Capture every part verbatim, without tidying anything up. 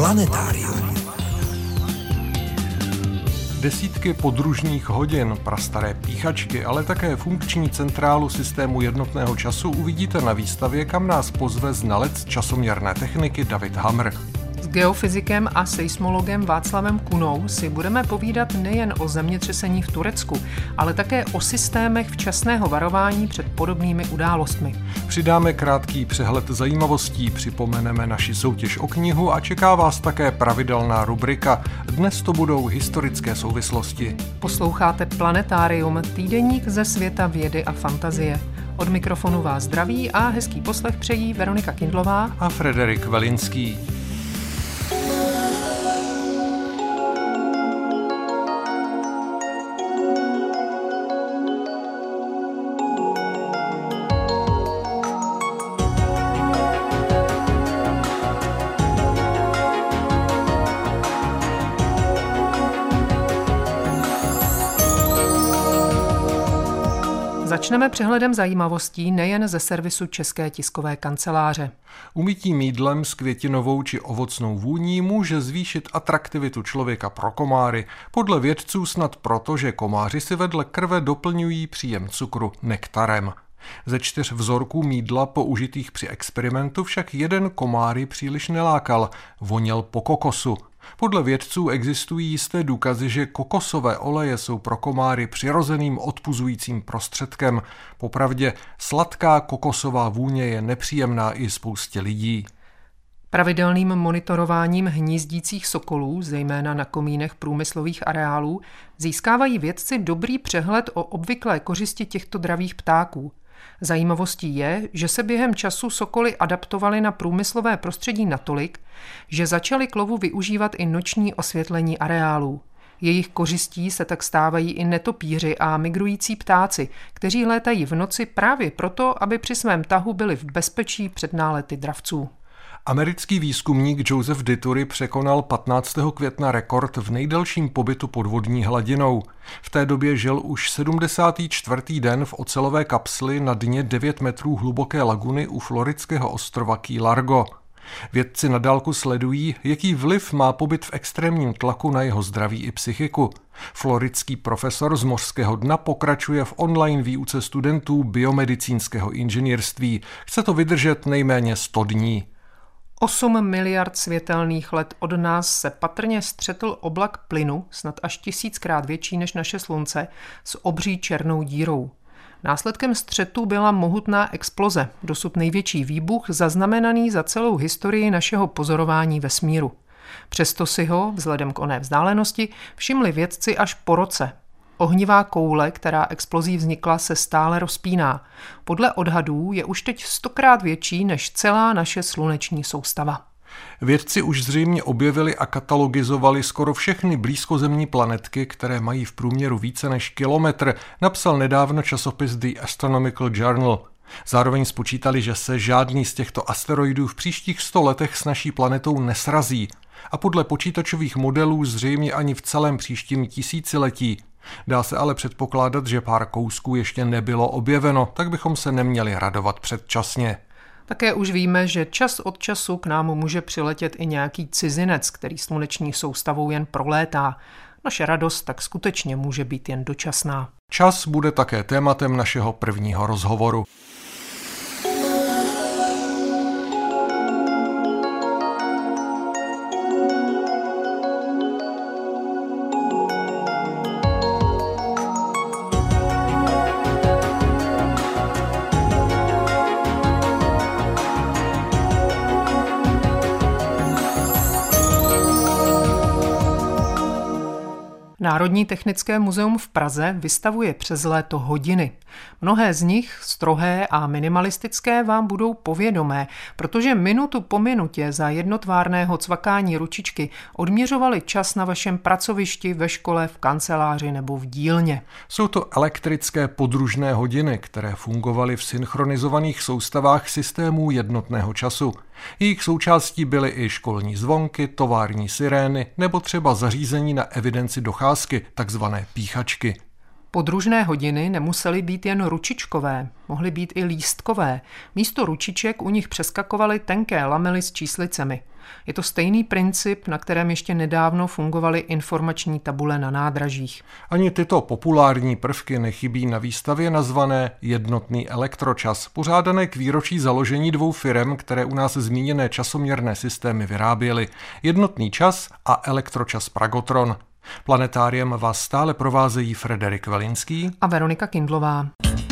Planetárium. Desítky podružných hodin, prastaré píchačky, ale také funkční centrálu systému jednotného času uvidíte na výstavě, kam nás pozve znalec časoměrné techniky David Hamr. S geofyzikem a seismologem Václavem Kunou si budeme povídat nejen o zemětřesení v Turecku, ale také o systémech včasného varování před podobnými událostmi. Přidáme krátký přehled zajímavostí, připomeneme naši soutěž o knihu a čeká vás také pravidelná rubrika. Dnes to budou historické souvislosti. Posloucháte Planetárium, týdeník ze světa vědy a fantazie. Od mikrofonu vás zdraví a hezký poslech přejí Veronika Kindlová a Frederik Velinský. Začneme přehledem zajímavostí nejen ze servisu České tiskové kanceláře. Umytí mýdlem s květinovou či ovocnou vůní může zvýšit atraktivitu člověka pro komáry. Podle vědců snad proto, že komáři si vedle krve doplňují příjem cukru nektarem. Ze čtyř vzorků mýdla použitých při experimentu však jeden komáry příliš nelákal, voněl po kokosu. Podle vědců existují jisté důkazy, že kokosové oleje jsou pro komáry přirozeným odpuzujícím prostředkem. Popravdě, sladká kokosová vůně je nepříjemná i spoustě lidí. Pravidelným monitorováním hnízdících sokolů, zejména na komínech průmyslových areálů, získávají vědci dobrý přehled o obvyklé kořisti těchto dravých ptáků. Zajímavostí je, že se během času sokoly adaptovaly na průmyslové prostředí natolik, že začaly k lovu využívat i noční osvětlení areálů. Jejich kořistí se tak stávají i netopýři a migrující ptáci, kteří létají v noci právě proto, aby při svém tahu byli v bezpečí před nálety dravců. Americký výzkumník Joseph Dituri překonal patnáctého května rekord v nejdelším pobytu pod vodní hladinou. V té době žil už sedmdesátý čtvrtý den v ocelové kapsli na dně devět metrů hluboké laguny u floridského ostrova Key Largo. Vědci na dálku sledují, jaký vliv má pobyt v extrémním tlaku na jeho zdraví i psychiku. Floridský profesor z mořského dna pokračuje v online výuce studentů biomedicínského inženýrství. Chce to vydržet nejméně sto dní. osm miliard světelných let od nás se patrně střetl oblak plynu, snad až tisíckrát větší než naše slunce, s obří černou dírou. Následkem střetu byla mohutná exploze, dosud největší výbuch zaznamenaný za celou historii našeho pozorování vesmíru. Přesto si ho, vzhledem k oné vzdálenosti, všimli vědci až po roce. Ohnivá koule, která explozí vznikla, se stále rozpíná. Podle odhadů je už teď stokrát větší než celá naše sluneční soustava. Vědci už zřejmě objevili a katalogizovali skoro všechny blízkozemní planetky, které mají v průměru více než kilometr, napsal nedávno časopis The Astronomical Journal. Zároveň spočítali, že se žádný z těchto asteroidů v příštích sto letech s naší planetou nesrazí. A podle počítačových modelů zřejmě ani v celém příštím tisíciletí. Dá se ale předpokládat, že pár kousků ještě nebylo objeveno, tak bychom se neměli radovat předčasně. Také už víme, že čas od času k nám může přiletět i nějaký cizinec, který sluneční soustavou jen prolétá. Naše radost tak skutečně může být jen dočasná. Čas bude také tématem našeho prvního rozhovoru. Národní technické muzeum v Praze vystavuje přes léto hodiny. Mnohé z nich, strohé a minimalistické, vám budou povědomé, protože minutu po minutě za jednotvárného cvakání ručičky odměřovali čas na vašem pracovišti, ve škole, v kanceláři nebo v dílně. Jsou to elektrické podružné hodiny, které fungovaly v synchronizovaných soustavách systémů jednotného času. Jejich součástí byly i školní zvonky, tovární sirény nebo třeba zařízení na evidenci docházky, takzvané píchačky. Podružné hodiny nemusely být jen ručičkové, mohly být i lístkové. Místo ručiček u nich přeskakovaly tenké lamely s číslicemi. Je to stejný princip, na kterém ještě nedávno fungovaly informační tabule na nádražích. Ani tyto populární prvky nechybí na výstavě nazvané Jednotný elektročas, pořádané k výročí založení dvou firem, které u nás zmíněné časoměrné systémy vyráběly. Jednotný čas a elektročas Pragotron. Planetáriem vás stále provázejí Frederik Velinský a Veronika Kindlová.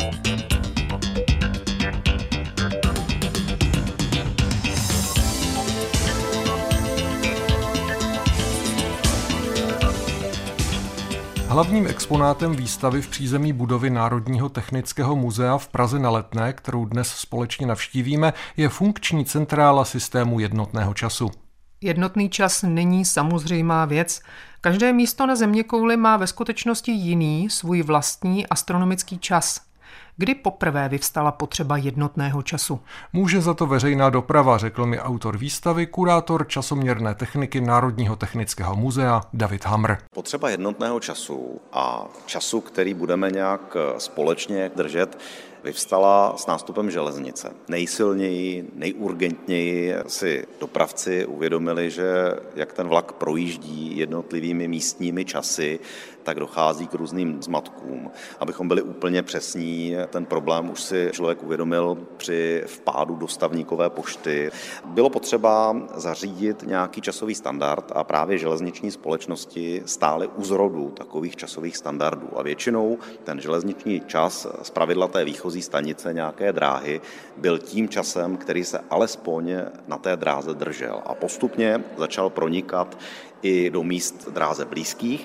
Hlavním exponátem výstavy v přízemí budovy Národního technického muzea v Praze na Letné, kterou dnes společně navštívíme, je funkční centrála systému jednotného času. Jednotný čas není samozřejmá věc. Každé místo na zeměkouli má ve skutečnosti jiný, svůj vlastní astronomický čas. Kdy poprvé vyvstala potřeba jednotného času? Může za to veřejná doprava, řekl mi autor výstavy, kurátor časoměrné techniky Národního technického muzea David Hamr. Potřeba jednotného času a času, který budeme nějak společně držet, vyvstala s nástupem železnice. Nejsilněji, nejurgentněji si dopravci uvědomili, že jak ten vlak projíždí jednotlivými místními časy, tak dochází k různým zmatkům. Abychom byli úplně přesní, ten problém už si člověk uvědomil při vpádu do stavníkové pošty. Bylo potřeba zařídit nějaký časový standard a právě železniční společnosti stály u zrodu takových časových standardů. A většinou ten železniční čas zpravidla té výchozí stanice nějaké dráhy byl tím časem, který se alespoň na té dráze držel. A postupně začal pronikat i do míst dráze blízkých.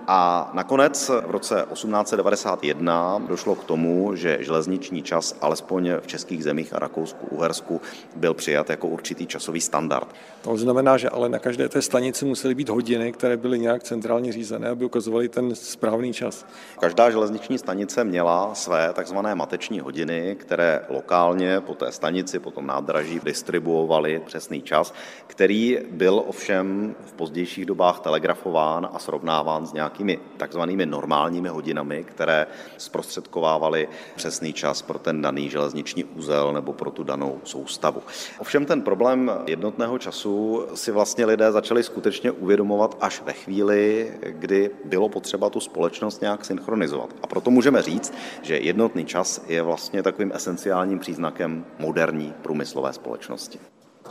A nakonec v roce osmnáct set devadesát jedna došlo k tomu, že železniční čas alespoň v českých zemích a Rakousku-Uhersku byl přijat jako určitý časový standard. To znamená, že ale na každé té stanici musely být hodiny, které byly nějak centrálně řízené, aby ukazovaly ten správný čas. Každá železniční stanice měla své takzvané mateční hodiny, které lokálně po té stanici, po tom nádraží distribuovaly přesný čas, který byl ovšem v pozdějších dobách telegrafován a srovnáván s nějakými takzvanými normálními hodinami, které zprostředkovávaly přesný čas pro ten daný železniční uzel nebo pro tu danou soustavu. Ovšem ten problém jednotného času si vlastně lidé začali skutečně uvědomovat až ve chvíli, kdy bylo potřeba tu společnost nějak synchronizovat. A proto můžeme říct, že jednotný čas je vlastně takovým esenciálním příznakem moderní průmyslové společnosti.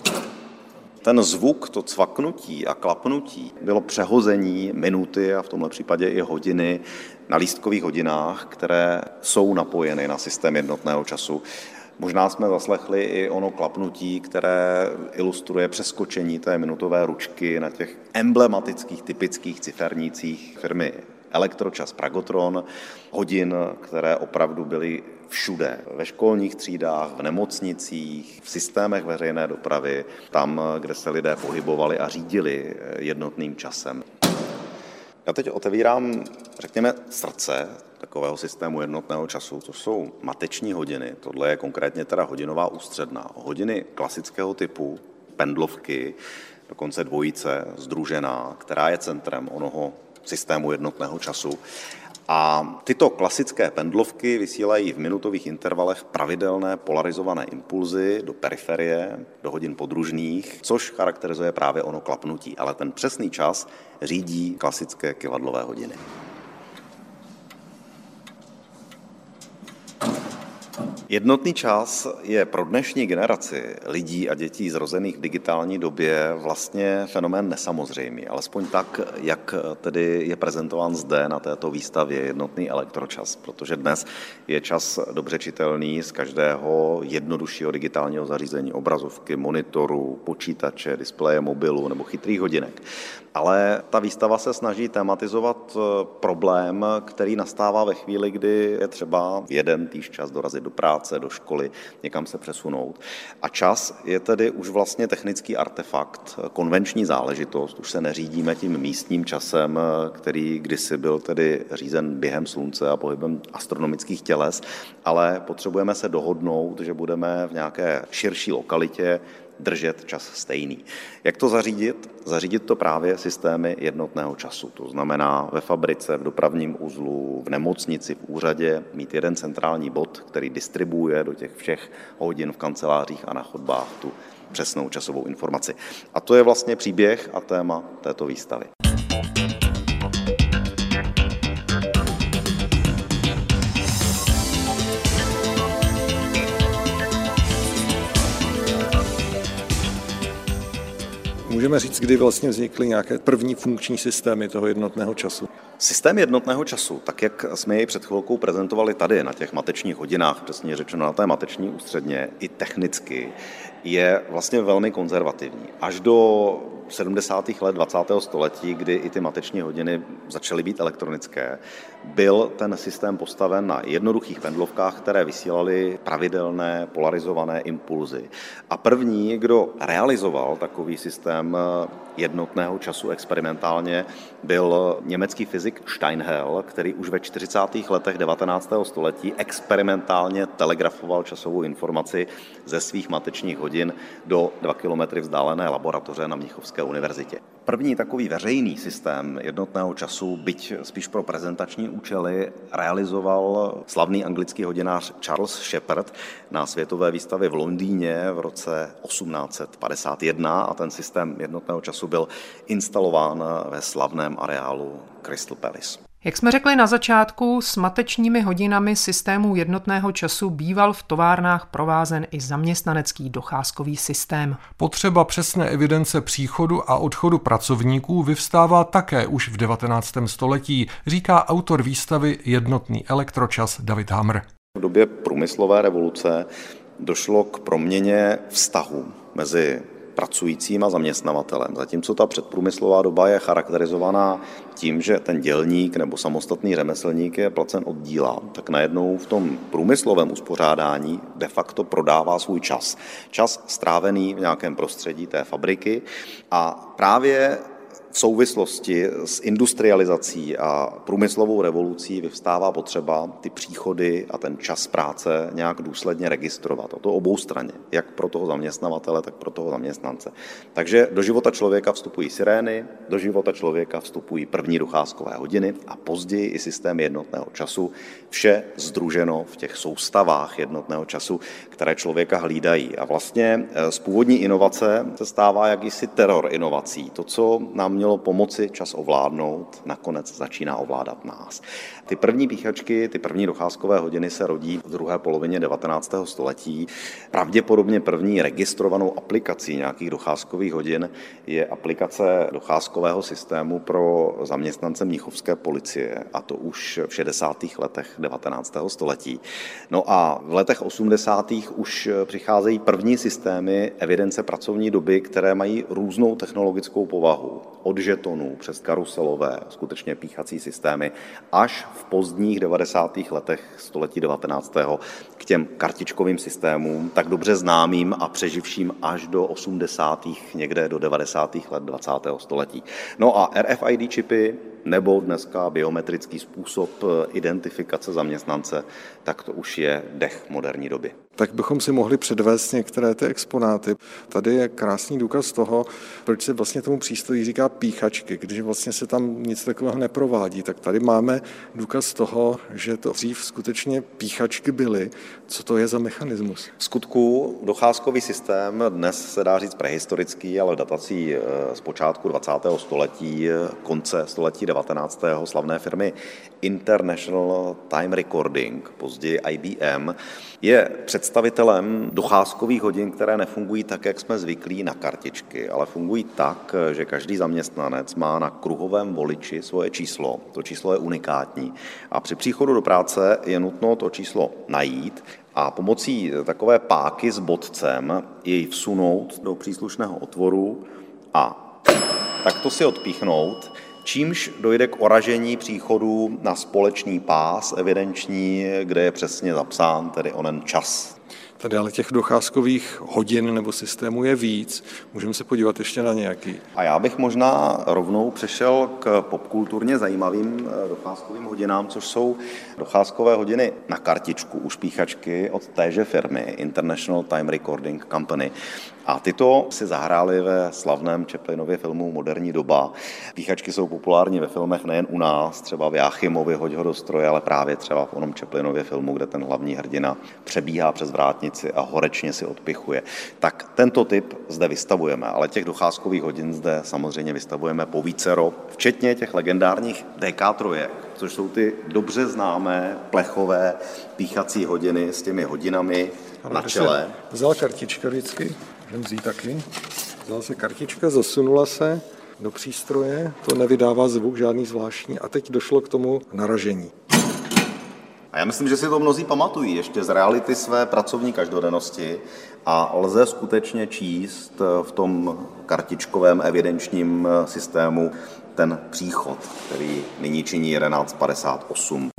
Ten zvuk, to cvaknutí a klapnutí bylo přehození minuty a v tomhle případě i hodiny na lístkových hodinách, které jsou napojeny na systém jednotného času. Možná jsme zaslechli i ono klapnutí, které ilustruje přeskočení té minutové ručky na těch emblematických, typických cifernících firmy Elektročas Pragotron, hodin, které opravdu byly všude, ve školních třídách, v nemocnicích, v systémech veřejné dopravy, tam, kde se lidé pohybovali a řídili jednotným časem. Já teď otevírám, řekněme, srdce takového systému jednotného času, to jsou mateční hodiny, tohle je konkrétně teda hodinová ústředná, hodiny klasického typu, pendlovky, dokonce dvojice sdružená, která je centrem onoho systému jednotného času. A tyto klasické pendlovky vysílají v minutových intervalech pravidelné polarizované impulzy do periferie, do hodin podružných, což charakterizuje právě ono klapnutí. Ale ten přesný čas řídí klasické kyvadlové hodiny. Jednotný čas je pro dnešní generaci lidí a dětí zrozených v digitální době vlastně fenomén nesamozřejmý, alespoň tak, jak tedy je prezentován zde na této výstavě Jednotný elektročas, protože dnes je čas dobře čitelný z každého jednoduššího digitálního zařízení, obrazovky, monitoru, počítače, displeje mobilu nebo chytrých hodinek. Ale ta výstava se snaží tematizovat problém, který nastává ve chvíli, kdy je třeba jeden týž čas dorazit do práce, do školy, někam se přesunout. A čas je tedy už vlastně technický artefakt, konvenční záležitost, už se neřídíme tím místním časem, který kdysi byl tedy řízen během slunce a pohybem astronomických těles, ale potřebujeme se dohodnout, že budeme v nějaké širší lokalitě držet čas stejný. Jak to zařídit? Zařídit to právě systémy jednotného času. To znamená ve fabrice, v dopravním uzlu, v nemocnici, v úřadě mít jeden centrální bod, který distribuuje do těch všech hodin v kancelářích a na chodbách tu přesnou časovou informaci. A to je vlastně příběh a téma této výstavy. Můžeme říct, kdy vlastně vznikly nějaké první funkční systémy toho jednotného času? Systém jednotného času, tak jak jsme jej před chvilkou prezentovali tady na těch matečních hodinách, přesně řečeno na té mateční ústředně, i technicky, je vlastně velmi konzervativní. Až do sedmdesátých let dvacátého století, kdy i ty mateční hodiny začaly být elektronické, byl ten systém postaven na jednoduchých pendlovkách, které vysílaly pravidelné polarizované impulzy. A první, kdo realizoval takový systém jednotného času experimentálně, byl německý fyzik Steinhell, který už ve čtyřicátých letech devatenáctého století experimentálně telegrafoval časovou informaci ze svých matečních hodin do dva kilometry vzdálené laboratoře na Mnichovské univerzitě. První takový veřejný systém jednotného času, byť spíš pro prezentační účely, realizoval slavný anglický hodinář Charles Shepherd na světové výstavě v Londýně v roce osmnáct set padesát jedna a ten systém jednotného času byl instalován ve slavném areálu Crystal Palace. Jak jsme řekli na začátku, s matečními hodinami systému jednotného času býval v továrnách provázen i zaměstnanecký docházkový systém. Potřeba přesné evidence příchodu a odchodu pracovníků vyvstává také už v devatenáctém století, říká autor výstavy Jednotný elektročas David Hamr. V době průmyslové revoluce došlo k proměně vztahu mezi pracujícím a zaměstnavatelem. Zatímco ta předprůmyslová doba je charakterizovaná tím, že ten dělník nebo samostatný řemeslník je placen od díla, tak najednou v tom průmyslovém uspořádání de facto prodává svůj čas. Čas strávený v nějakém prostředí té fabriky a právě v souvislosti s industrializací a průmyslovou revolucí vyvstává potřeba ty příchody a ten čas práce nějak důsledně registrovat. A to oboustranně, jak pro toho zaměstnavatele, tak pro toho zaměstnance. Takže do života člověka vstupují sirény, do života člověka vstupují první docházkové hodiny a později i systém jednotného času. Vše sdruženo v těch soustavách jednotného času, které člověka hlídají. A vlastně z původní inovace se stává jakýsi teror inovací. To, co nám mělo pomoci čas ovládnout, nakonec začíná ovládat nás. Ty první píchačky, ty první docházkové hodiny se rodí v druhé polovině devatenáctého století. Pravděpodobně první registrovanou aplikací nějakých docházkových hodin je aplikace docházkového systému pro zaměstnance mnichovské policie, a to už v šedesátých letech devatenáctého století. No a v letech osmdesátých už přicházejí první systémy evidence pracovní doby, které mají různou technologickou povahu. Od žetonů přes karuselové, skutečně píchací systémy, až v pozdních devadesátých letech století devatenáctého k těm kartičkovým systémům, tak dobře známým a přeživším až do osmdesátých, někde do devadesátých let dvacátého století. No a R F I D čipy nebo dneska biometrický způsob identifikace zaměstnance, tak to už je dech moderní doby. Tak bychom si mohli předvést některé ty exponáty. Tady je krásný důkaz toho, proč se vlastně tomu přístroji říká píchačky, když vlastně se tam nic takového neprovádí. Tak tady máme důkaz toho, že to dřív skutečně píchačky byly. Co to je za mechanismus? V skutku docházkový systém, dnes se dá říct prehistorický, ale datací z počátku dvacátého století, konce století devatenáctého slavné firmy International Time Recording, později I B M, je představitelem docházkových hodin, které nefungují tak, jak jsme zvyklí na kartičky, ale fungují tak, že každý zaměstnanec má na kruhovém voliči svoje číslo. To číslo je unikátní a při příchodu do práce je nutno to číslo najít a pomocí takové páky s bodcem jej vsunout do příslušného otvoru a takto si odpíchnout, čímž dojde k oražení příchodu na společný pás evidenční, kde je přesně zapsán tedy onen čas. Tady ale těch docházkových hodin nebo systémů je víc. Můžeme se podívat ještě na nějaký. A já bych možná rovnou přešel k popkulturně zajímavým docházkovým hodinám, což jsou docházkové hodiny na kartičku, už píchačky od téže firmy International Time Recording Company. A tyto si zahrály ve slavném Chaplinově filmu Moderní doba. Píchačky jsou populární ve filmech nejen u nás, třeba v Jáchymovi Hoď ho do stroje, ale právě třeba v onom Chaplinově filmu, kde ten hlavní hrdina přebíhá přes vrátnici a horečně si odpichuje. Tak tento typ zde vystavujeme, ale těch docházkových hodin zde samozřejmě vystavujeme povícero, včetně těch legendárních dé ká trojek, což jsou ty dobře známé plechové píchací hodiny s těmi hodinami na čele. Vzala kartička vždycky, můžeme vzít taky. Vzala se kartička, zasunula se do přístroje, to nevydává zvuk žádný zvláštní a teď došlo k tomu naražení. A já myslím, že si to mnozí pamatují ještě z reality své pracovní každodennosti a lze skutečně číst v tom kartičkovém evidenčním systému ten příchod, který nyní činí jedenáct padesát osm.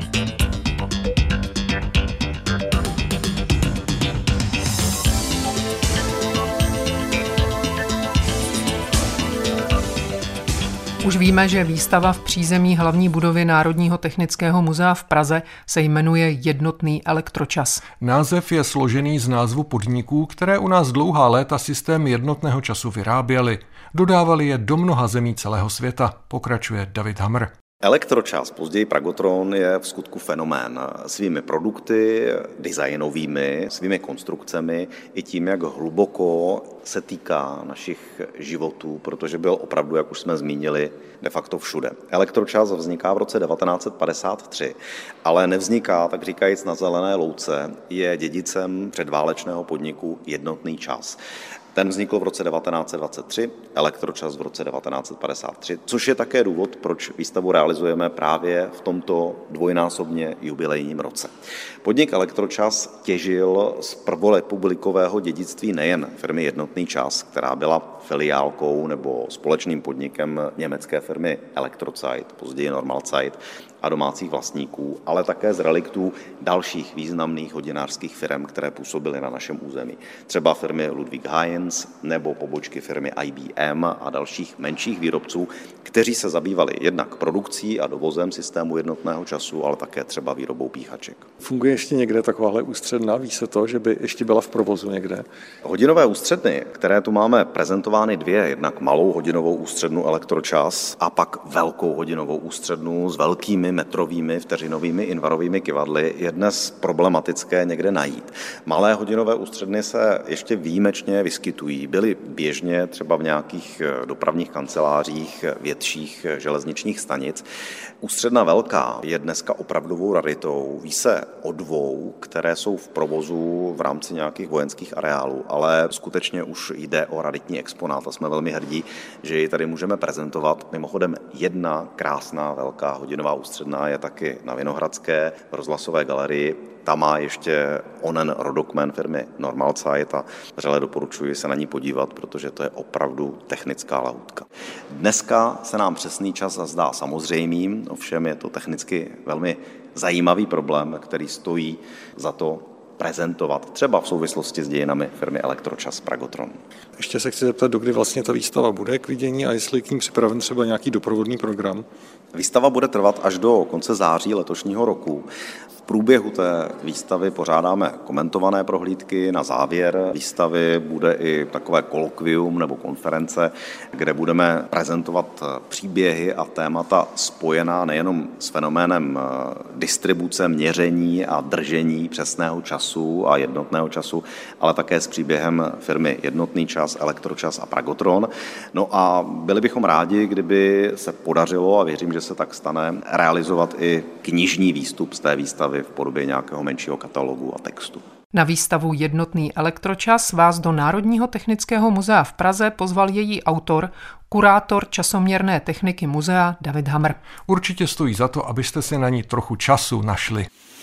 Už víme, že výstava v přízemí hlavní budovy Národního technického muzea v Praze se jmenuje Jednotný elektročas. Název je složený z názvu podniků, které u nás dlouhá léta systém jednotného času vyráběly. Dodávali je do mnoha zemí celého světa, pokračuje David Hamr. Elektročas, později Pragotron, je v skutku fenomén svými produkty, designovými, svými konstrukcemi i tím, jak hluboko se týká našich životů, protože byl opravdu, jak už jsme zmínili, de facto všude. Elektročas vzniká v roce devatenáct set padesát tři, ale nevzniká, tak říkajíc, na zelené louce, je dědicem předválečného podniku Jednotný čas. Ten vznikl v roce devatenáct set dvacet tři, Elektročas v roce devatenáct set padesát tři, což je také důvod, proč výstavu realizujeme právě v tomto dvojnásobně jubilejním roce. Podnik Elektročas těžil z prvorepublikového dědictví nejen firmy Jednotný čas, která byla filiálkou nebo společným podnikem německé firmy Elektrozeit, později Normalzeit, a domácích vlastníků, ale také z reliktů dalších významných hodinářských firm, které působily na našem území. Třeba firmy Ludwig Heinz nebo pobočky firmy í bé em a dalších menších výrobců, kteří se zabývali jednak produkcí a dovozem systému jednotného času, ale také třeba výrobou píchaček. Funguje ještě někde takováhle ústředna? Ví se to, že by ještě byla v provozu někde? Hodinové ústředny, které tu máme prezentovány dvě, jednak malou hodinovou ústřednu Elektročas a pak velkou hodinovou ústřednu s velkými metrovými vteřinovými invarovými kyvadly, je dnes problematické někde najít. Malé hodinové ústředny se ještě výjimečně vyskytují. Byly běžně třeba v nějakých dopravních kancelářích větších železničních stanic. Ústředna velká je dneska opravdovou raritou. Ví se o dvou, které jsou v provozu v rámci nějakých vojenských areálů, ale skutečně už jde o raritní exponát a jsme velmi hrdí, že ji tady můžeme prezentovat. Mimochodem jedna krásná velká hodinová ústředna je taky na Vinohradské v rozhlasové galerii. Ta má ještě onen rodokmen firmy Normalzeit a vřele doporučuji se na ní podívat, protože to je opravdu technická lahůdka. Dneska se nám přesný čas zdá samozřejmým, ovšem je to technicky velmi zajímavý problém, který stojí za to prezentovat, třeba v souvislosti s dějinami firmy Elektročas Pragotron. Ještě se chci zeptat, dokdy vlastně ta výstava bude k vidění a jestli k ní připraven třeba nějaký doprovodný program? Výstava bude trvat až do konce září letošního roku. V průběhu té výstavy pořádáme komentované prohlídky. Na závěr výstavy bude i takové kolokvium nebo konference, kde budeme prezentovat příběhy a témata spojená nejenom s fenoménem distribuce, měření a držení přesného času a jednotného času, ale také s příběhem firmy Jednotný čas, Elektročas a Pragotron. No a byli bychom rádi, kdyby se podařilo, a věřím, že se tak stane, realizovat i knižní výstup z té výstavy v podobě nějakého menšího katalogu a textu. Na výstavu Jednotný elektročas vás do Národního technického muzea v Praze pozval její autor, kurátor časoměrné techniky muzea David Hamr. Určitě stojí za to, abyste si na ní trochu času našli.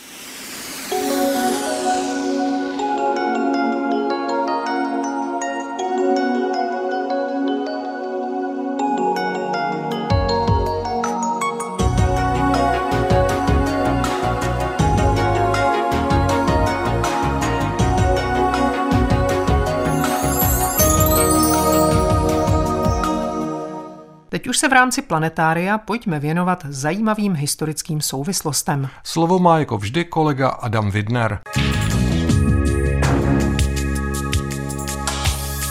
Teď už se v rámci planetária pojďme věnovat zajímavým historickým souvislostem. Slovo má jako vždy kolega Adam Widner.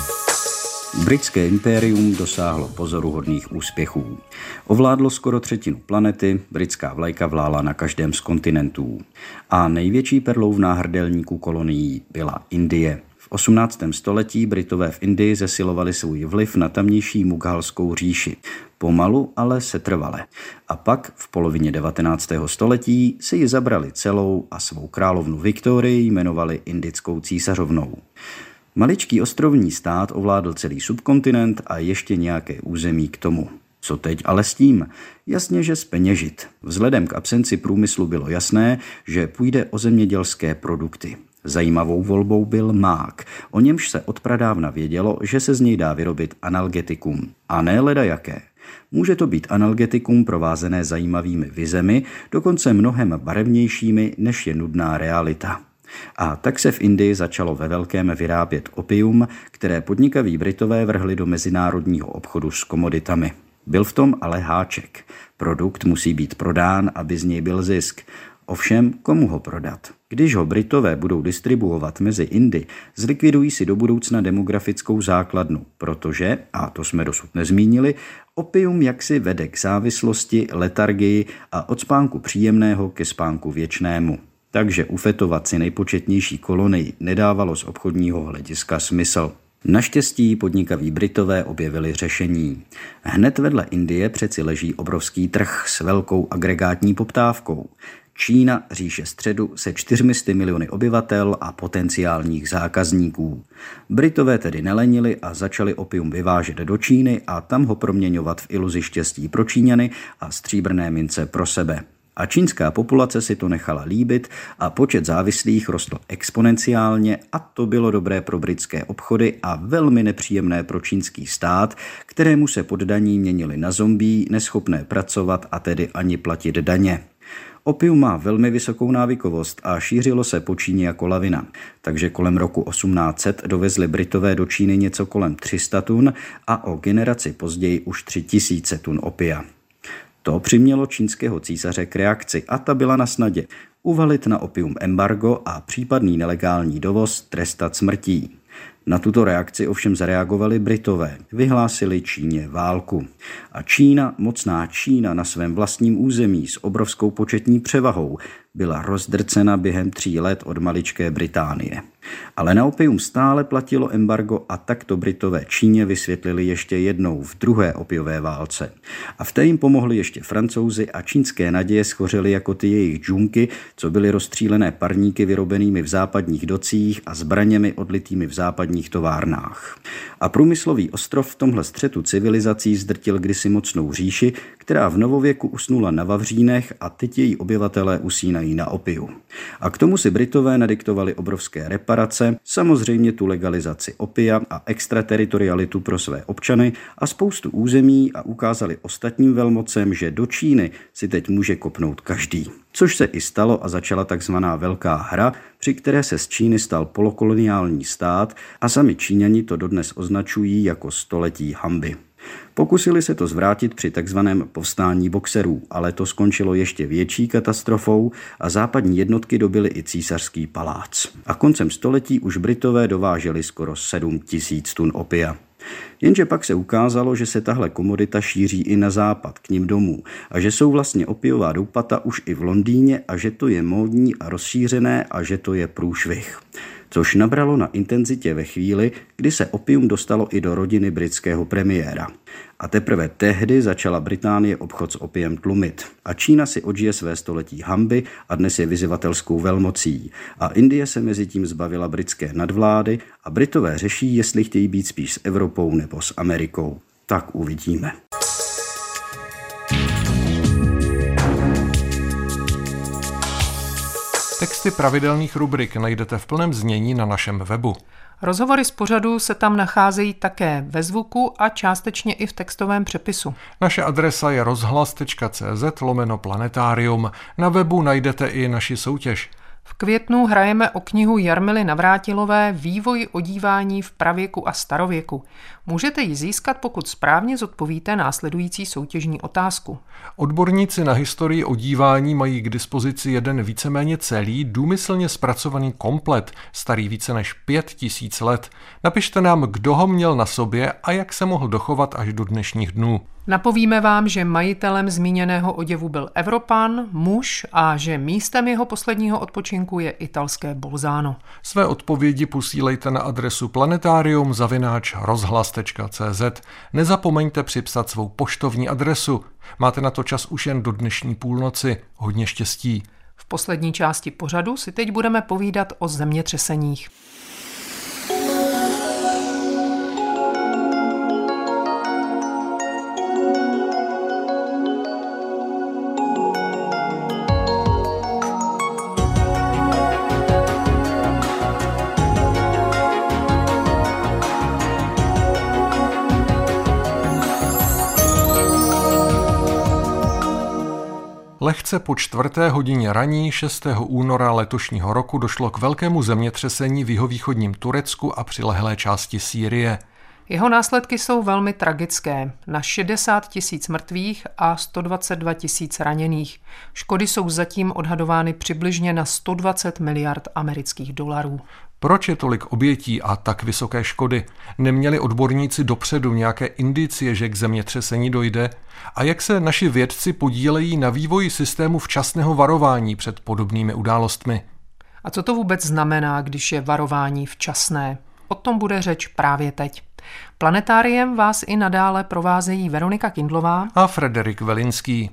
Britské impérium dosáhlo pozoruhodných úspěchů. Ovládlo skoro třetinu planety, britská vlajka vlála na každém z kontinentů. A největší perlou v náhrdelníku kolonií byla Indie. V osmnáctém století Britové v Indii zesilovali svůj vliv na tamnější Mughalskou říši. Pomalu, ale setrvale. A pak v polovině devatenáctého století si ji zabrali celou a svou královnu Viktorii jmenovali indickou císařovnou. Maličký ostrovní stát ovládl celý subkontinent a ještě nějaké území k tomu. Co teď ale s tím? Jasně, že zpeněžit. Vzhledem k absenci průmyslu bylo jasné, že půjde o zemědělské produkty. Zajímavou volbou byl mák, o němž se odpradávna vědělo, že se z něj dá vyrobit analgetikum. A ne ledajaké. Může to být analgetikum provázené zajímavými vizemi, dokonce mnohem barevnějšími, než je nudná realita. A tak se v Indii začalo ve velkém vyrábět opium, které podnikaví Britové vrhli do mezinárodního obchodu s komoditami. Byl v tom ale háček. Produkt musí být prodán, aby z něj byl zisk. Ovšem, komu ho prodat? Když ho Britové budou distribuovat mezi Indy, zlikvidují si do budoucna demografickou základnu, protože, a to jsme dosud nezmínili, opium jaksi vede k závislosti, letargii a od spánku příjemného ke spánku věčnému. Takže ufetovat si nejpočetnější kolonii nedávalo z obchodního hlediska smysl. Naštěstí podnikaví Britové objevili řešení. Hned vedle Indie přeci leží obrovský trh s velkou agregátní poptávkou. Čína, říše středu, se čtyřmi sty miliony obyvatel a potenciálních zákazníků. Britové tedy nelenili a začali opium vyvážet do Číny a tam ho proměňovat v iluzi štěstí pro Číňany a stříbrné mince pro sebe. A čínská populace si to nechala líbit a počet závislých rostl exponenciálně a to bylo dobré pro britské obchody a velmi nepříjemné pro čínský stát, kterému se poddaní měnili na zombí, neschopné pracovat a tedy ani platit daně. Opium má velmi vysokou návykovost a šířilo se po Číně jako lavina, takže kolem roku osmnáct set dovezli Britové do Číny něco kolem tři sta tun a o generaci později už tři tisíce tun opia. To přimělo čínského císaře k reakci a ta byla na snadě uvalit na opium embargo a případný nelegální dovoz trestat smrtí. Na tuto reakci ovšem zareagovali Britové, vyhlásili Číně válku. A Čína, mocná Čína na svém vlastním území s obrovskou početní převahou, byla rozdrcena během tří let od maličké Británie. Ale na opium stále platilo embargo a tak to Britové Číně vysvětlili ještě jednou v druhé opiové válce. A v té jim pomohli ještě Francouzi a čínské naděje schořely jako ty jejich džunky, co byly rozstřílené parníky vyrobenými v západních docích a zbraněmi odlitými v západních továrnách. A průmyslový ostrov v tomhle střetu civilizací zdrtil kdysi mocnou říši, která v novověku usnula na vavřínech a teď její obyvatelé usínají na opiu. A k tomu si Britové nadiktovali obrovské reparace, samozřejmě tu legalizaci opia a extrateritorialitu pro své občany a spoustu území a ukázali ostatním velmocem, že do Číny si teď může kopnout každý. Což se i stalo a začala takzvaná velká hra, při které se z Číny stal polokoloniální stát a sami Číňani to dodnes označují jako století hanby. Pokusili se to zvrátit při takzvaném povstání boxerů, ale to skončilo ještě větší katastrofou a západní jednotky dobyly i císařský palác. A koncem století už Britové dováželi skoro sedm tisíc tun opia. Jenže pak se ukázalo, že se tahle komodita šíří i na západ, k nim domů, a že jsou vlastně opiová doupata už i v Londýně a že to je módní a rozšířené a že to je průšvih. Což nabralo na intenzitě ve chvíli, kdy se opium dostalo i do rodiny britského premiéra. A teprve tehdy začala Británie obchod s opiem tlumit. A Čína si odžije své století hanby a dnes je vyzývatelskou velmocí. A Indie se mezi tím zbavila britské nadvlády a Britové řeší, jestli chtějí být spíš s Evropou nebo s Amerikou. Tak uvidíme. Texty pravidelných rubrik najdete v plném znění na našem webu. Rozhovory z pořadu se tam nacházejí také ve zvuku a částečně i v textovém přepisu. Naše adresa je rozhlas tečka cé zet lomeno planetarium. Na webu najdete i naši soutěž. V květnu hrajeme o knihu Jarmily Navrátilové Vývoj odívání v pravěku a starověku. Můžete ji získat, pokud správně zodpovíte následující soutěžní otázku. Odborníci na historii odívání mají k dispozici jeden víceméně celý, důmyslně zpracovaný komplet, starý více než pět tisíc let. Napište nám, kdo ho měl na sobě a jak se mohl dochovat až do dnešních dnů. Napovíme vám, že majitelem zmíněného oděvu byl Evropan, muž a že místem jeho posledního odpočinku je italské Bolzano. Své odpovědi posílejte na adresu planetarium zavináč rozhlas tečka cé zet. Nezapomeňte připsat svou poštovní adresu. Máte na to čas už jen do dnešní půlnoci. Hodně štěstí. V poslední části pořadu si teď budeme povídat o zemětřeseních. Lehce po čtvrté hodině raní šestého února letošního roku došlo k velkému zemětřesení v jihovýchodním Turecku a přilehlé části Sýrie. Jeho následky jsou velmi tragické. Na šedesát tisíc mrtvých a sto dvacet dva tisíc raněných. Škody jsou zatím odhadovány přibližně na sto dvacet miliard amerických dolarů. Proč je tolik obětí a tak vysoké škody? Neměli odborníci dopředu nějaké indicie, že k zemětřesení dojde? A jak se naši vědci podílejí na vývoji systému včasného varování před podobnými událostmi? A co to vůbec znamená, když je varování včasné? O tom bude řeč právě teď. Planetáriem vás i nadále provázejí Veronika Kindlová a Frederik Velinský.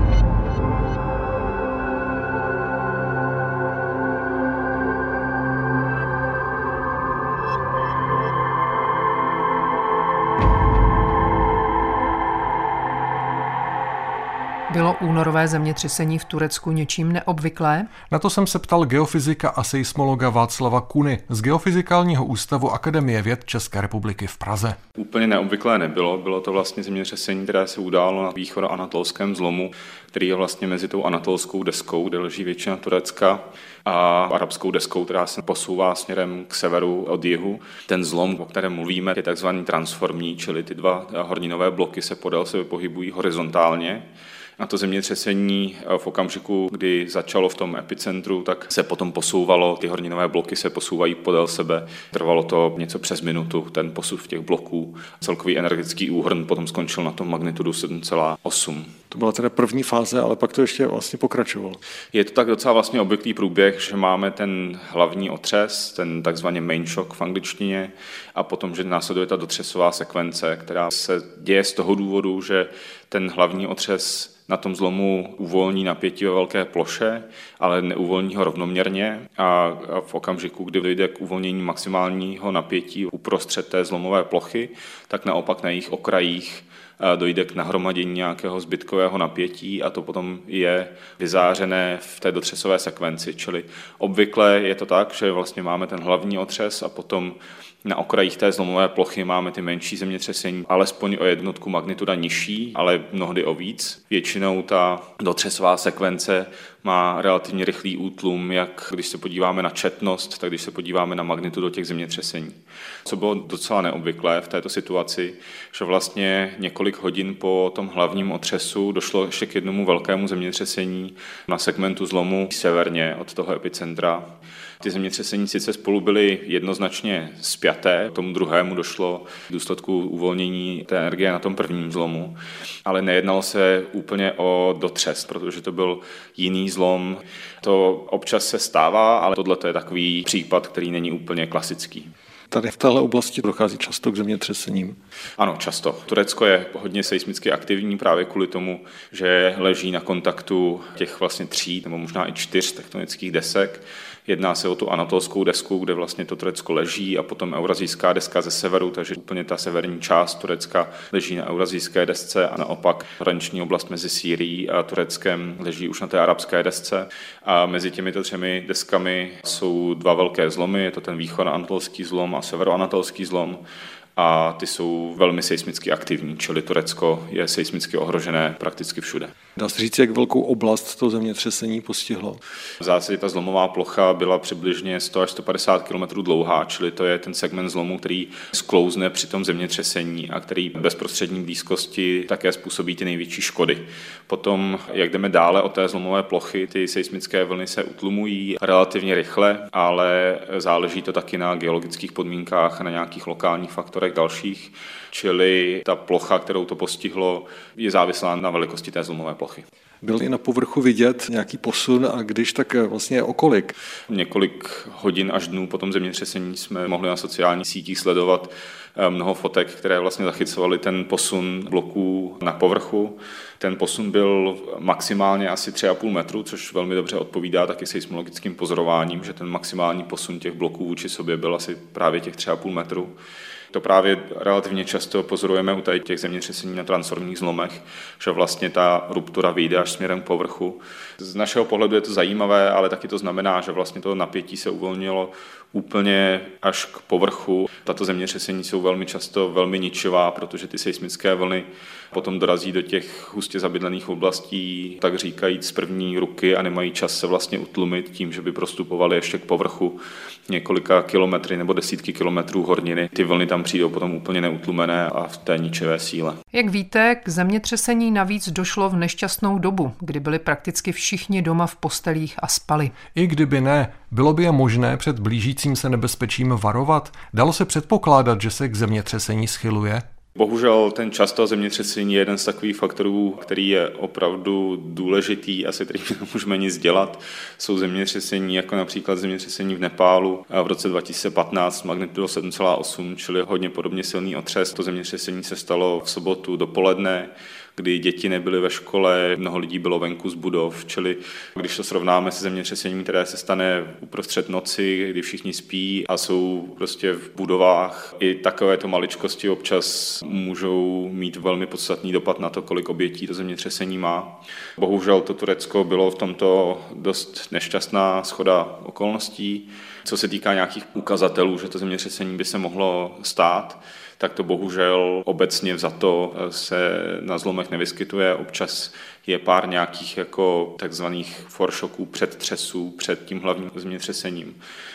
Bylo únorové zemětřesení v Turecku něčím neobvyklé? Na to jsem se ptal geofyzika a seismologa Václava Kuny z Geofyzikálního ústavu Akademie věd České republiky v Praze. Úplně neobvyklé nebylo. Bylo to vlastně zemětřesení, které se událo na východoanatolském zlomu, který je vlastně mezi tou anatolskou deskou, kde leží většina Turecka, a arabskou deskou, která se posouvá směrem k severu od jihu. Ten zlom, o kterém mluvíme, je takzvaný transformní, čili ty dva horninové bloky se podél sebe pohybují horizontálně. A to zemětřesení v okamžiku, kdy začalo v tom epicentru, tak se potom posouvalo, ty horninové bloky se posouvají podél sebe. Trvalo to něco přes minutu, ten posun v těch bloků. Celkový energetický úhrn potom skončil na tom magnitudu sedm celá osm. To byla teda první fáze, ale pak to ještě vlastně pokračovalo. Je to tak docela vlastně obvyklý průběh, že máme ten hlavní otřes, ten takzvaný main shock v angličtině, a potom, že následuje ta dotřesová sekvence, která se děje z toho důvodu, že ten hlavní otřes na tom zlomu uvolní napětí ve velké ploše, ale neuvolní ho rovnoměrně, a v okamžiku, kdy dojde k uvolnění maximálního napětí uprostřed té zlomové plochy, tak naopak na jejich okrajích dojde k nahromadění nějakého zbytkového napětí a to potom je vyzářené v té dotřesové sekvenci. Čili obvykle je to tak, že vlastně máme ten hlavní otřes a potom na okrajích té zlomové plochy máme ty menší zemětřesení, alespoň o jednotku magnituda nižší, ale mnohdy o víc. Většinou ta dotřesová sekvence má relativně rychlý útlum, jak když se podíváme na četnost, tak když se podíváme na magnitudu těch zemětřesení. Co bylo docela neobvyklé v této situaci, že vlastně několik hodin po tom hlavním otřesu došlo ještě k jednomu velkému zemětřesení na segmentu zlomu severně od toho epicentra. Ty zemětřesení sice spolu byly jednoznačně spjaté, k tomu druhému došlo v důsledku uvolnění té energie na tom prvním zlomu, ale nejednalo se úplně o dotřes, protože to byl jiný zlom. To občas se stává, ale tohle je takový případ, který není úplně klasický. Tady v téhle oblasti dochází často k zemětřesením. Ano, často. Turecko je hodně seismicky aktivní právě kvůli tomu, že leží na kontaktu těch vlastně tří nebo možná i čtyř tektonických desek. Jedná se o tu anatolskou desku, kde vlastně to Turecko leží, a potom eurazijská deska ze severu, takže úplně ta severní část Turecka leží na eurazijské desce a naopak hraniční oblast mezi Sýrií a Tureckem leží už na té arabské desce. A mezi těmito třemi deskami jsou dva velké zlomy, je to ten východoanatolský zlom a severoanatolský zlom. a ty jsou velmi seismicky aktivní, čili Turecko je seismicky ohrožené prakticky všude. Dá se říct, jak velkou oblast to zemětřesení postihlo? V zásadě ta zlomová plocha byla přibližně sto až sto padesát kilometrů dlouhá, čili to je ten segment zlomu, který sklouzne při tom zemětřesení a který v bezprostřední blízkosti také způsobí ty největší škody. Potom, jak jdeme dále od té zlomové plochy, ty seismické vlny se utlumují relativně rychle, ale záleží to taky na geologických podmínkách a na nějakých lokálních faktorech dalších, čili ta plocha, kterou to postihlo, je závislá na velikosti té zlomové plochy. Byl i na povrchu vidět nějaký posun a když, tak vlastně o kolik? Několik hodin až dnů po tom zemětřesení jsme mohli na sociálních sítích sledovat mnoho fotek, které vlastně zachycovaly ten posun bloků na povrchu. Ten posun byl maximálně asi tři a půl metru, což velmi dobře odpovídá taky seismologickým pozorováním, že ten maximální posun těch bloků vůči sobě byl asi právě těch tři a půl metru. To právě relativně často pozorujeme u tady těch zemětřesení na transformních zlomech, že vlastně ta ruptura vyjde až směrem k povrchu. Z našeho pohledu je to zajímavé, ale taky to znamená, že vlastně to napětí se uvolnilo úplně až k povrchu. Tato zemětřesení jsou velmi často velmi ničivá, protože ty seismické vlny potom dorazí do těch hustě zabydlených oblastí, tak říkajíc z první ruky a nemají čas se vlastně utlumit tím, že by prostupovali ještě k povrchu několika kilometry nebo desítky kilometrů horniny. Ty vlny tam přijdou potom úplně neutlumené a v té ničivé síle. Jak víte, k zemětřesení navíc došlo v nešťastnou dobu, kdy byli prakticky všichni doma v postelích a spali. I kdyby ne, bylo by je možné před blížícím se nebezpečím varovat? Dalo se předpokládat, že se k zemětřesení schyluje? Bohužel ten čas toho zemětřesení je jeden z takových faktorů, který je opravdu důležitý a se kterým nemůžeme nic dělat. Jsou zemětřesení, jako například zemětřesení v Nepálu v roce dva tisíce patnáct magnitudou sedm celá osm, čili hodně podobně silný otřes. To zemětřesení se stalo v sobotu dopoledne, kdy děti nebyly ve škole, mnoho lidí bylo venku z budov, čili když to srovnáme se zemětřesením, které se stane uprostřed noci, kdy všichni spí a jsou prostě v budovách, i takovéto maličkosti občas můžou mít velmi podstatný dopad na to, kolik obětí to zemětřesení má. Bohužel to Turecko bylo v tomto dost nešťastná shoda okolností. Co se týká nějakých ukazatelů, že to zemětřesení by se mohlo stát, tak to bohužel obecně vzato se na zlomech nevyskytuje. Občas je pár nějakých jako takzvaných foreshoků, předtřesů před tím hlavním zemětřesením.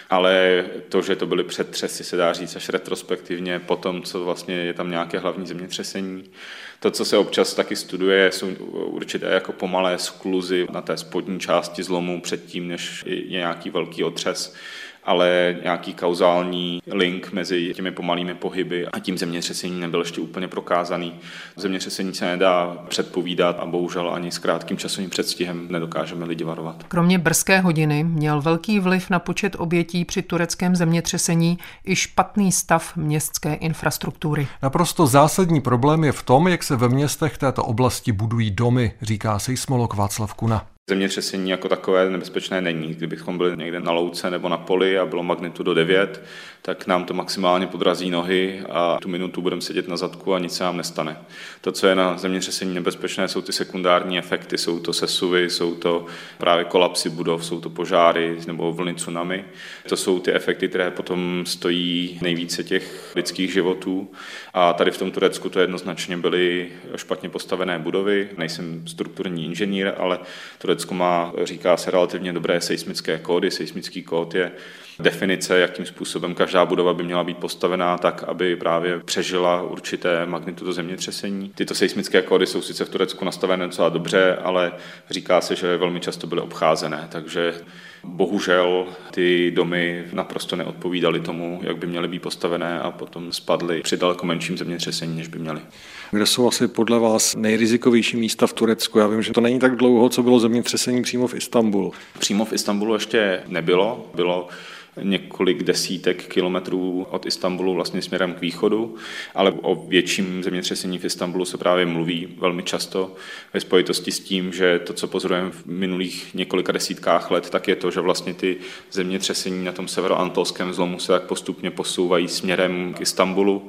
Ale to, že to byly předtřesy, se dá říct až retrospektivně po tom, co vlastně je tam nějaké hlavní zemětřesení. To, co se občas taky studuje, jsou určité jako pomalé skluzy na té spodní části zlomu předtím, než je nějaký velký otřes, ale nějaký kauzální link mezi těmi pomalými pohyby a tím zemětřesením nebyl ještě úplně prokázaný. Zemětřesení se nedá předpovídat a bohužel ani s krátkým časovým předstihem nedokážeme lidi varovat. Kromě brzké hodiny měl velký vliv na počet obětí při tureckém zemětřesení i špatný stav městské infrastruktury. Naprosto zásadní problém je v tom, jak se ve městech této oblasti budují domy, říká seismolog Václav Kuna. Zemětřesení jako takové nebezpečné není. Kdybychom byli někde na louce nebo na poli a bylo magnitudo devět, tak nám to maximálně podrazí nohy a tu minutu budeme sedět na zadku a nic se nám nestane. To, co je na zemětřesení nebezpečné, jsou ty sekundární efekty, jsou to sesuvy, jsou to právě kolapsy budov, jsou to požáry nebo vlny tsunami. To jsou ty efekty, které potom stojí nejvíce těch lidských životů. A tady v tom Turecku to jednoznačně byly špatně postavené budovy. Nejsem strukturní inženýr, ale Turecko má, říká se, relativně dobré seismické kódy. Seismický kód je definice, jakým způsobem každá budova by měla být postavená tak, aby právě přežila určité magnitudo zemětřesení. Tyto seismické kódy jsou sice v Turecku nastavené docela dobře, ale říká se, že velmi často byly obcházené, takže bohužel ty domy naprosto neodpovídaly tomu, jak by měly být postavené a potom spadly při daleko menším zemětřesení, než by měly. Kde jsou asi podle vás nejrizikovější místa v Turecku? Já vím, že to není tak dlouho, co bylo zemětřesení přímo v Istanbulu. Přímo v Istanbulu ještě nebylo. Bylo několik desítek kilometrů od Istanbulu vlastně směrem k východu, ale o větším zemětřesení v Istanbulu se právě mluví velmi často ve spojitosti s tím, že to, co pozorujeme v minulých několika desítkách let, tak je to, že vlastně ty zemětřesení na tom severoantolském zlomu se tak postupně posouvají směrem k Istanbulu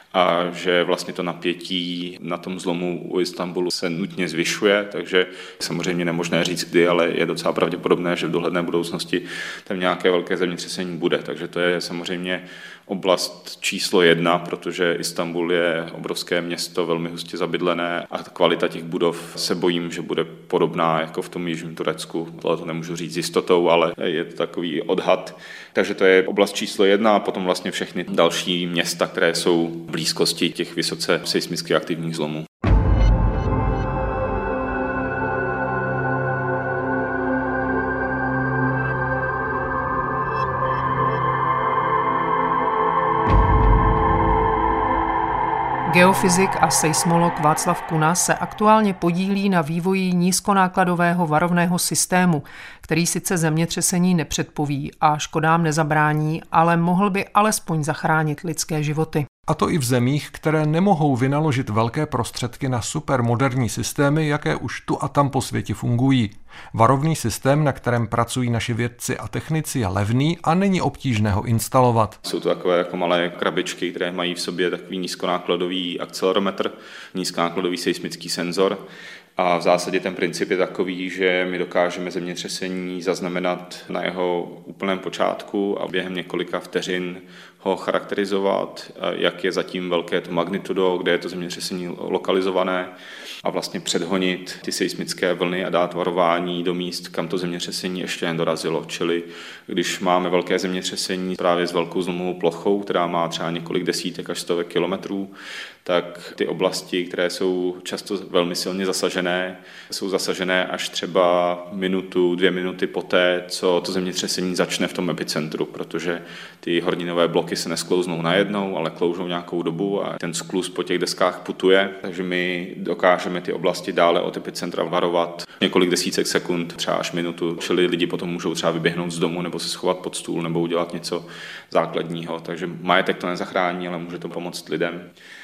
a že vlastně to napětí na tom zlomu u Istanbulu se nutně zvyšuje, takže samozřejmě nemožné říct kdy, ale je docela pravděpodobné, že v dohledné budoucnosti tam nějaké velké zemětřesení bude, takže to je samozřejmě oblast číslo jedna, protože Istanbul je obrovské město, velmi hustě zabydlené a kvalita těch budov se bojím, že bude podobná jako v tom jižním Turecku. Tohle to nemůžu říct s jistotou, ale je to takový odhad. Takže to je oblast číslo jedna a potom vlastně všechny další města, které jsou v blízkosti těch vysoce seismicky aktivních zlomů. Geofyzik a seismolog Václav Kuna se aktuálně podílí na vývoji nízkonákladového varovného systému, který sice zemětřesení nepředpoví a škodám nezabrání, ale mohl by alespoň zachránit lidské životy. A to i v zemích, které nemohou vynaložit velké prostředky na supermoderní systémy, jaké už tu a tam po světě fungují. Varovný systém, na kterém pracují naši vědci a technici, je levný a není obtížné ho instalovat. Jsou to takové jako malé krabičky, které mají v sobě takový nízkonákladový akcelerometr, nízkonákladový seismický senzor. A v zásadě ten princip je takový, že my dokážeme zemětřesení zaznamenat na jeho úplném počátku a během několika vteřin ho charakterizovat, jak je zatím velké to magnitudo, kde je to zemětřesení lokalizované a vlastně předhonit ty seismické vlny a dát varování do míst, kam to zemětřesení ještě nedorazilo. Čili když máme velké zemětřesení právě s velkou zlomovou plochou, která má třeba několik desítek až stovek kilometrů, tak ty oblasti, které jsou často velmi silně zasažené, jsou zasažené až třeba minutu, dvě minuty poté, co to zemětřesení začne v tom epicentru, protože ty horninové bloky se nesklouznou najednou, ale kloužou nějakou dobu a ten skluz po těch deskách putuje, takže my dokážeme ty oblasti dále od epicentra varovat několik desítek sekund, třeba až minutu, čili lidi potom můžou třeba vyběhnout z domu nebo se schovat pod stůl nebo udělat něco základního, takže majetek to nezachrání, ale může to pomoct lidem.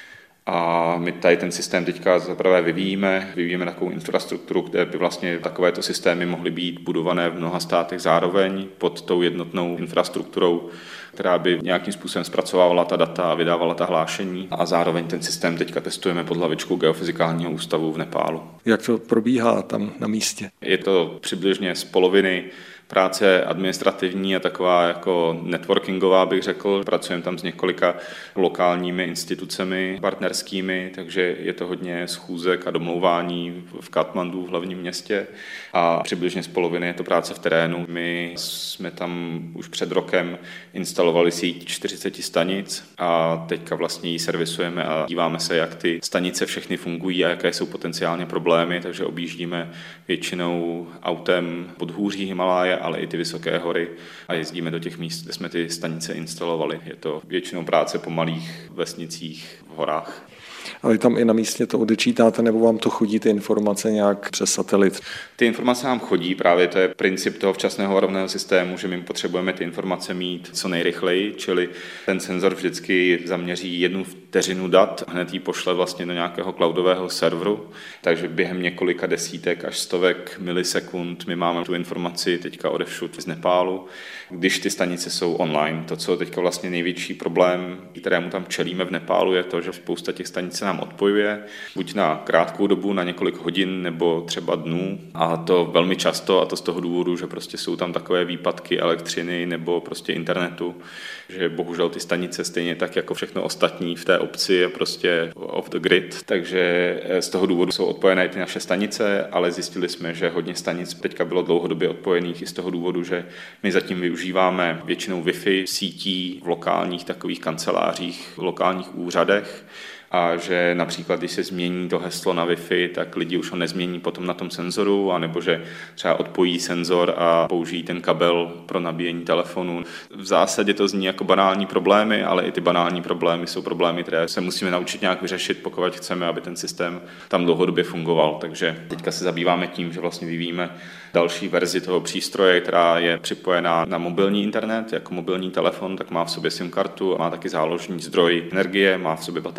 A my tady ten systém teďka zaprvé vyvíjíme, vyvíjíme takovou infrastrukturu, kde by vlastně takovéto systémy mohly být budované v mnoha státech zároveň pod tou jednotnou infrastrukturou, která by nějakým způsobem zpracovávala ta data a vydávala ta hlášení. A zároveň ten systém teďka testujeme pod hlavičkou Geofyzikálního ústavu v Nepálu. Jak to probíhá tam na místě? Je to přibližně z poloviny práce administrativní a taková jako networkingová, bych řekl. Pracujeme tam s několika lokálními institucemi partnerskými, takže je to hodně schůzek a domlouvání v Katmandu, v hlavním městě. A přibližně z poloviny je to práce v terénu. My jsme tam už před rokem instalovali síť čtyřicet stanic a teďka vlastně ji servisujeme a díváme se, jak ty stanice všechny fungují a jaké jsou potenciálně problémy, takže objíždíme většinou autem podhůří Himaláje, ale i ty vysoké hory a jezdíme do těch míst, kde jsme ty stanice instalovali. Je to většinou práce po malých vesnicích v horách. Ale tam i na místě to odečítáte, nebo vám to chodí ty informace nějak přes satelit? Ty informace nám chodí, právě to je princip toho včasného varovného systému, že my potřebujeme ty informace mít co nejrychleji, čili ten senzor vždycky zaměří jednu vteřinu dat, hned ji pošle vlastně do nějakého cloudového serveru, takže během několika desítek až stovek milisekund my máme tu informaci teďka odevšud z Nepálu, když ty stanice jsou online. To, co teďka vlastně největší problém, kterému tam čelíme v Nepálu, je to, že spousta těch stanic se nám odpojuje, buď na krátkou dobu, na několik hodin nebo třeba dnů. A to velmi často, a to z toho důvodu, že prostě jsou tam takové výpadky elektřiny nebo prostě internetu, že bohužel ty stanice stejně tak jako všechno ostatní v té obci je prostě off the grid, takže z toho důvodu jsou odpojené ty naše stanice, ale zjistili jsme, že hodně stanic teďka bylo dlouhodobě odpojených i z toho důvodu, že my zatím využíváme většinou Wi-Fi sítí v lokálních takových kancelářích, v lokálních úřadech, a že například, když se změní to heslo na Wi-Fi, tak lidi už ho nezmění potom na tom senzoru, anebo že třeba odpojí senzor a použijí ten kabel pro nabíjení telefonu. V zásadě to zní jako banální problémy, ale i ty banální problémy jsou problémy, které se musíme naučit nějak vyřešit, pokud chceme, aby ten systém tam dlouhodobě fungoval. Takže teďka se zabýváme tím, že vlastně vyvíjíme další verzi toho přístroje, která je připojená na mobilní internet, jako mobilní telefon, tak má v sobě SIM kartu, má taky záložní zdroj energie, má v sobě baterii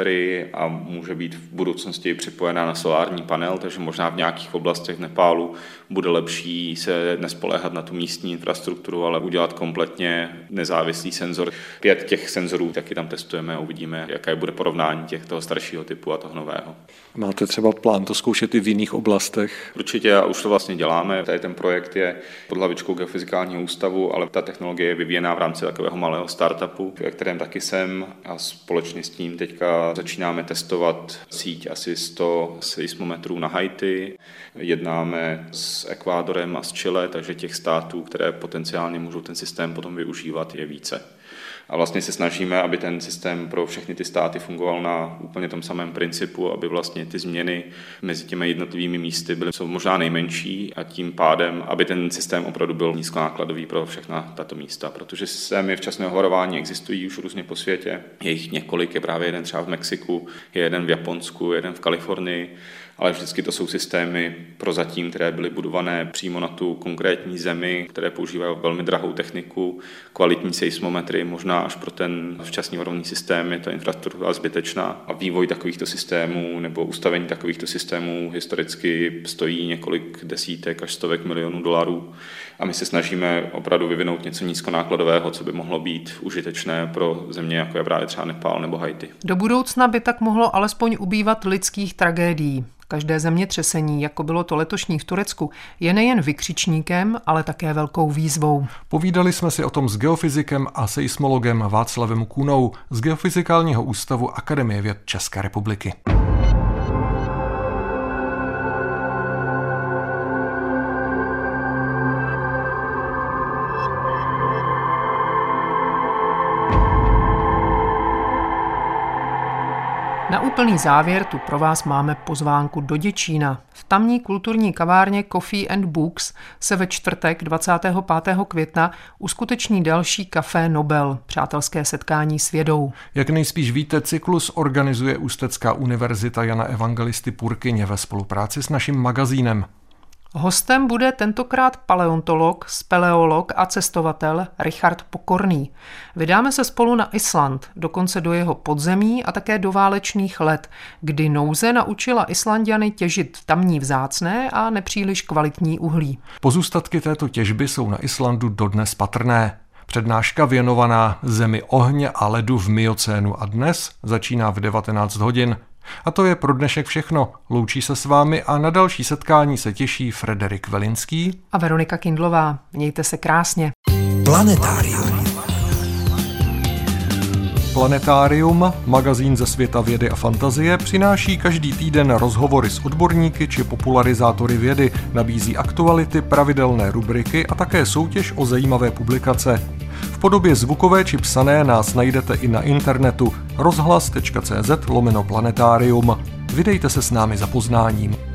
technologii a může být v budoucnosti připojená na solární panel, takže možná v nějakých oblastech v Nepálu bude lepší se nespoléhat na tu místní infrastrukturu, ale udělat kompletně nezávislý senzor. Pět těch senzorů taky tam testujeme a uvidíme, jaké bude porovnání těch toho staršího typu a toho nového. Máte třeba plán to zkoušet i v jiných oblastech? Určitě, a už to vlastně děláme. Tady ten projekt je pod hlavičkou Geofyzikálního ústavu, ale ta technologie je vyvíjená v rámci takového malého startupu, ve kterém taky jsem, a společně s tím teďka začínáme testovat síť asi sto seismometrů na Haiti. Jednáme s Ekvádorem a s Chile, takže těch států, které potenciálně můžou ten systém potom využívat, je více. A vlastně se snažíme, aby ten systém pro všechny ty státy fungoval na úplně tom samém principu, aby vlastně ty změny mezi těmi jednotlivými místy byly co možná nejmenší a tím pádem, aby ten systém opravdu byl nízkonákladový pro všechna tato místa. Protože systémy včasného varování existují už různě po světě. Je jich několik, je právě jeden třeba v Mexiku, je jeden v Japonsku, jeden v Kalifornii, ale vždycky to jsou systémy prozatím, které byly budované přímo na tu konkrétní zemi, které používají velmi drahou techniku, kvalitní seismometry, možná až pro ten včasný varovný systém je ta infrastruktura zbytečná a vývoj takovýchto systémů nebo ustavení takovýchto systémů historicky stojí několik desítek až stovek milionů dolarů a my se snažíme opravdu vyvinout něco nízkonákladového, co by mohlo být užitečné pro země, jako je právě třeba Nepál nebo Haiti. Do budoucna by tak mohlo alespoň ubývat lidských tragédií. Každé zemětřesení, jako bylo to letošní v Turecku, je nejen vykřičníkem, ale také velkou výzvou. Povídali jsme si o tom s geofyzikem a seismologem Václavem Kůnou z Geofyzikálního ústavu Akademie věd České republiky. Na úplný závěr tu pro vás máme pozvánku do Děčína. V tamní kulturní kavárně Coffee and Books se ve čtvrtek dvacátého pátého května uskuteční další Café Nobel, přátelské setkání s vědou. Jak nejspíš víte, cyklus organizuje Ústecká univerzita Jana Evangelisty Purkyně ve spolupráci s naším magazínem. Hostem bude tentokrát paleontolog, speleolog a cestovatel Richard Pokorný. Vydáme se spolu na Island, dokonce do jeho podzemí a také do válečných let, kdy nouze naučila Islanďany těžit tamní vzácné a nepříliš kvalitní uhlí. Pozůstatky této těžby jsou na Islandu dodnes patrné. Přednáška věnovaná zemi ohně a ledu v Miocénu a dnes začíná v devatenáct hodin. A to je pro dnešek všechno. Loučí se s vámi a na další setkání se těší Frederik Velinský a Veronika Kindlová. Mějte se krásně. Planetárium. Planetárium, magazín ze světa vědy a fantazie, přináší každý týden rozhovory s odborníky či popularizátory vědy, nabízí aktuality, pravidelné rubriky a také soutěž o zajímavé publikace. V podobě zvukové či psané nás najdete i na internetu rozhlas tečka cé zet lomeno planetárium. Vydejte se s námi za poznáním.